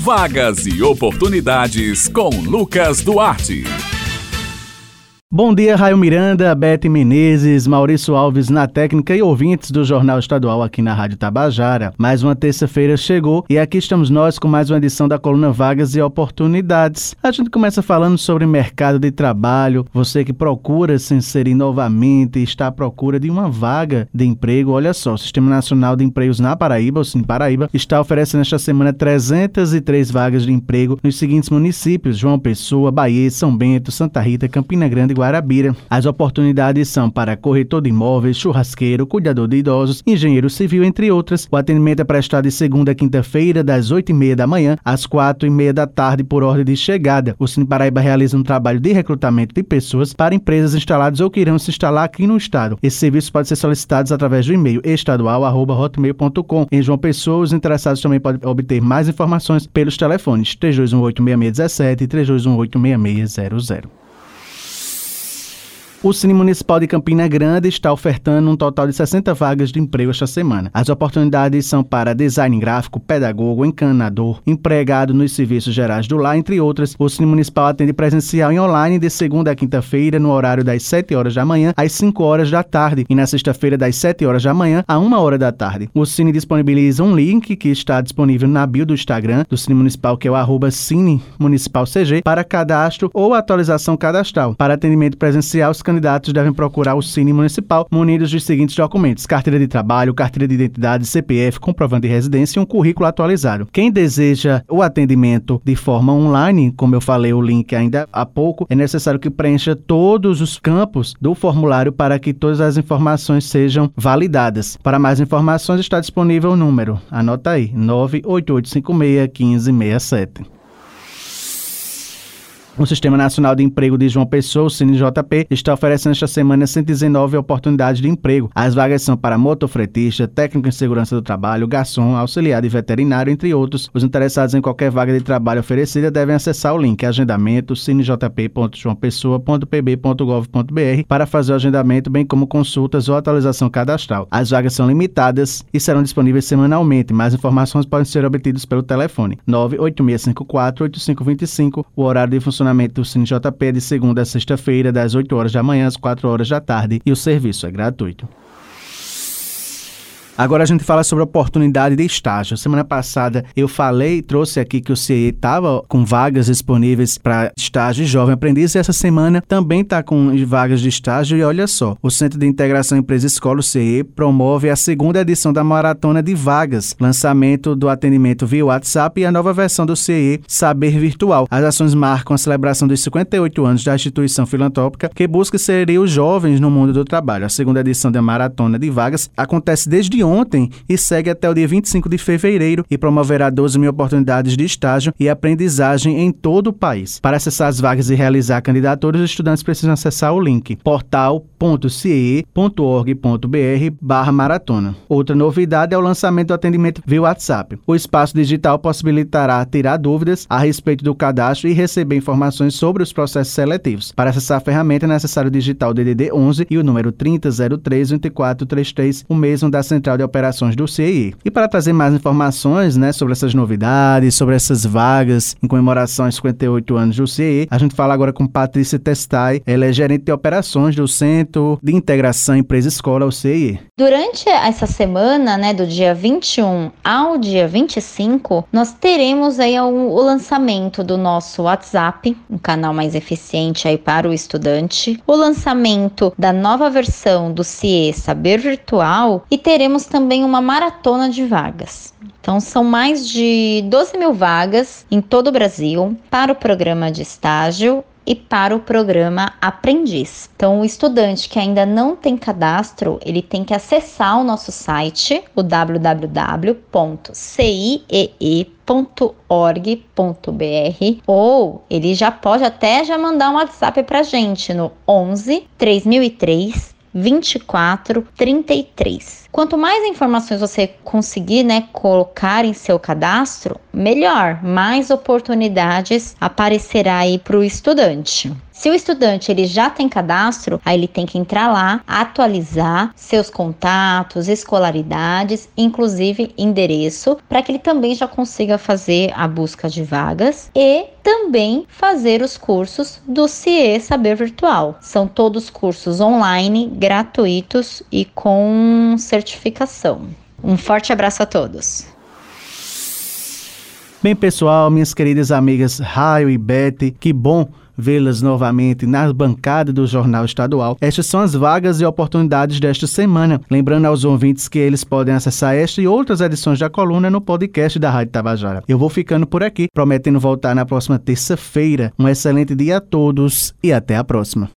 Vagas e oportunidades com Lucas Duarte. Bom dia, Raio Miranda, Bete Menezes, Maurício Alves na técnica e ouvintes do Jornal Estadual aqui na Rádio Tabajara. Mais uma terça-feira chegou e aqui estamos nós com mais uma edição da coluna Vagas e Oportunidades. A gente começa falando sobre mercado de trabalho. Você que procura se inserir novamente e está à procura de uma vaga de emprego. Olha só, o Sistema Nacional de Empregos na Paraíba, o Cine Paraíba, está oferecendo esta semana 303 vagas de emprego nos seguintes municípios: João Pessoa, Bahia, São Bento, Santa Rita, Campina Grande e Guarabira. As oportunidades são para corretor de imóveis, churrasqueiro, cuidador de idosos, engenheiro civil, entre outras. O atendimento é prestado de segunda a quinta-feira, das 8h30 da manhã às 4h30 da tarde, por ordem de chegada. O Cine Paraíba realiza um trabalho de recrutamento de pessoas para empresas instaladas ou que irão se instalar aqui no estado. Esses serviços podem ser solicitados através do e-mail estadual@hotmail.com. Em João Pessoa, os interessados também podem obter mais informações pelos telefones 3218-6617 e 3218-6600. O Cine Municipal de Campina Grande está ofertando um total de 60 vagas de emprego esta semana. As oportunidades são para design gráfico, pedagogo, encanador, empregado nos serviços gerais do lar, entre outras. O Cine Municipal atende presencial e online de segunda a quinta-feira, no horário das 7 horas da manhã às 5 horas da tarde e na sexta-feira das 7 horas da manhã a 1 hora da tarde. O Cine disponibiliza um link que está disponível na bio do Instagram do Cine Municipal, que é o @Cine Municipal CG, para cadastro ou atualização cadastral. Para atendimento presencial, os candidatos devem procurar o Cine Municipal munidos dos seguintes documentos: carteira de trabalho, carteira de identidade, CPF, comprovante de residência e um currículo atualizado. Quem deseja o atendimento de forma online, como eu falei o link ainda há pouco, é necessário que preencha todos os campos do formulário para que todas as informações sejam validadas. Para mais informações está disponível o número, anota aí, 988561567. O Sistema Nacional de Emprego de João Pessoa, o CineJP, está oferecendo esta semana 119 oportunidades de emprego. As vagas são para motofretista, técnico em segurança do trabalho, garçom, auxiliar de veterinário, entre outros. Os interessados em qualquer vaga de trabalho oferecida devem acessar o link agendamento cinejp.joaopessoa.pb.gov.br para fazer o agendamento, bem como consultas ou atualização cadastral. As vagas são limitadas e serão disponíveis semanalmente. Mais informações podem ser obtidas pelo telefone 98654-8525. O horário de funcionamento do CineJP é de segunda a sexta-feira, das 8 horas da manhã às 4 horas da tarde, e o serviço é gratuito. Agora a gente fala sobre oportunidade de estágio. Semana passada eu trouxe aqui que o CIE estava com vagas disponíveis para estágio de jovem aprendiz, e essa semana também está com vagas de estágio. E olha só, o Centro de Integração Empresa-Escola, o CIE, promove a segunda edição da Maratona de Vagas, lançamento do atendimento via WhatsApp e a nova versão do CIE Saber Virtual. As ações marcam a celebração dos 58 anos da instituição filantrópica que busca inserir os jovens no mundo do trabalho. A segunda edição da Maratona de Vagas acontece desde ontem e segue até o dia 25 de fevereiro e promoverá 12 mil oportunidades de estágio e aprendizagem em todo o país. Para acessar as vagas e realizar candidaturas, os estudantes precisam acessar o link portal.cie.org.br/maratona. Outra novidade é o lançamento do atendimento via WhatsApp. O espaço digital possibilitará tirar dúvidas a respeito do cadastro e receber informações sobre os processos seletivos. Para acessar a ferramenta é necessário digitar o DDD 11 e o número 3003-2433, o mesmo da Central de Operações do CIE. E para trazer mais informações, sobre essas novidades, sobre essas vagas em comemoração aos 58 anos do CIE, a gente fala agora com Patrícia Testai. Ela é gerente de operações do Centro de Integração Empresa-Escola, o CIE. Durante essa semana, do dia 21 ao dia 25, nós teremos aí o lançamento do nosso WhatsApp, um canal mais eficiente aí para o estudante, o lançamento da nova versão do CIE Saber Virtual e teremos também uma maratona de vagas. Então, são mais de 12 mil vagas em todo o Brasil para o programa de estágio e para o programa Aprendiz. Então, o estudante que ainda não tem cadastro, ele tem que acessar o nosso site, o www.ciee.org.br, ou ele já pode já mandar um WhatsApp pra gente no 11 3003 2433. Quanto mais informações você conseguir, colocar em seu cadastro, melhor, mais oportunidades aparecerá aí para o estudante. Se o estudante ele já tem cadastro, aí ele tem que entrar lá, atualizar seus contatos, escolaridades, inclusive endereço, para que ele também já consiga fazer a busca de vagas e também fazer os cursos do CIE Saber Virtual. São todos cursos online, gratuitos e com certificação. Um forte abraço a todos. Bem, pessoal, minhas queridas amigas Raio e Beth, que bom vê-las novamente na bancada do Jornal Estadual. Estas são as vagas e oportunidades desta semana. Lembrando aos ouvintes que eles podem acessar esta e outras edições da coluna no podcast da Rádio Tabajara. Eu vou ficando por aqui, prometendo voltar na próxima terça-feira. Um excelente dia a todos e até a próxima.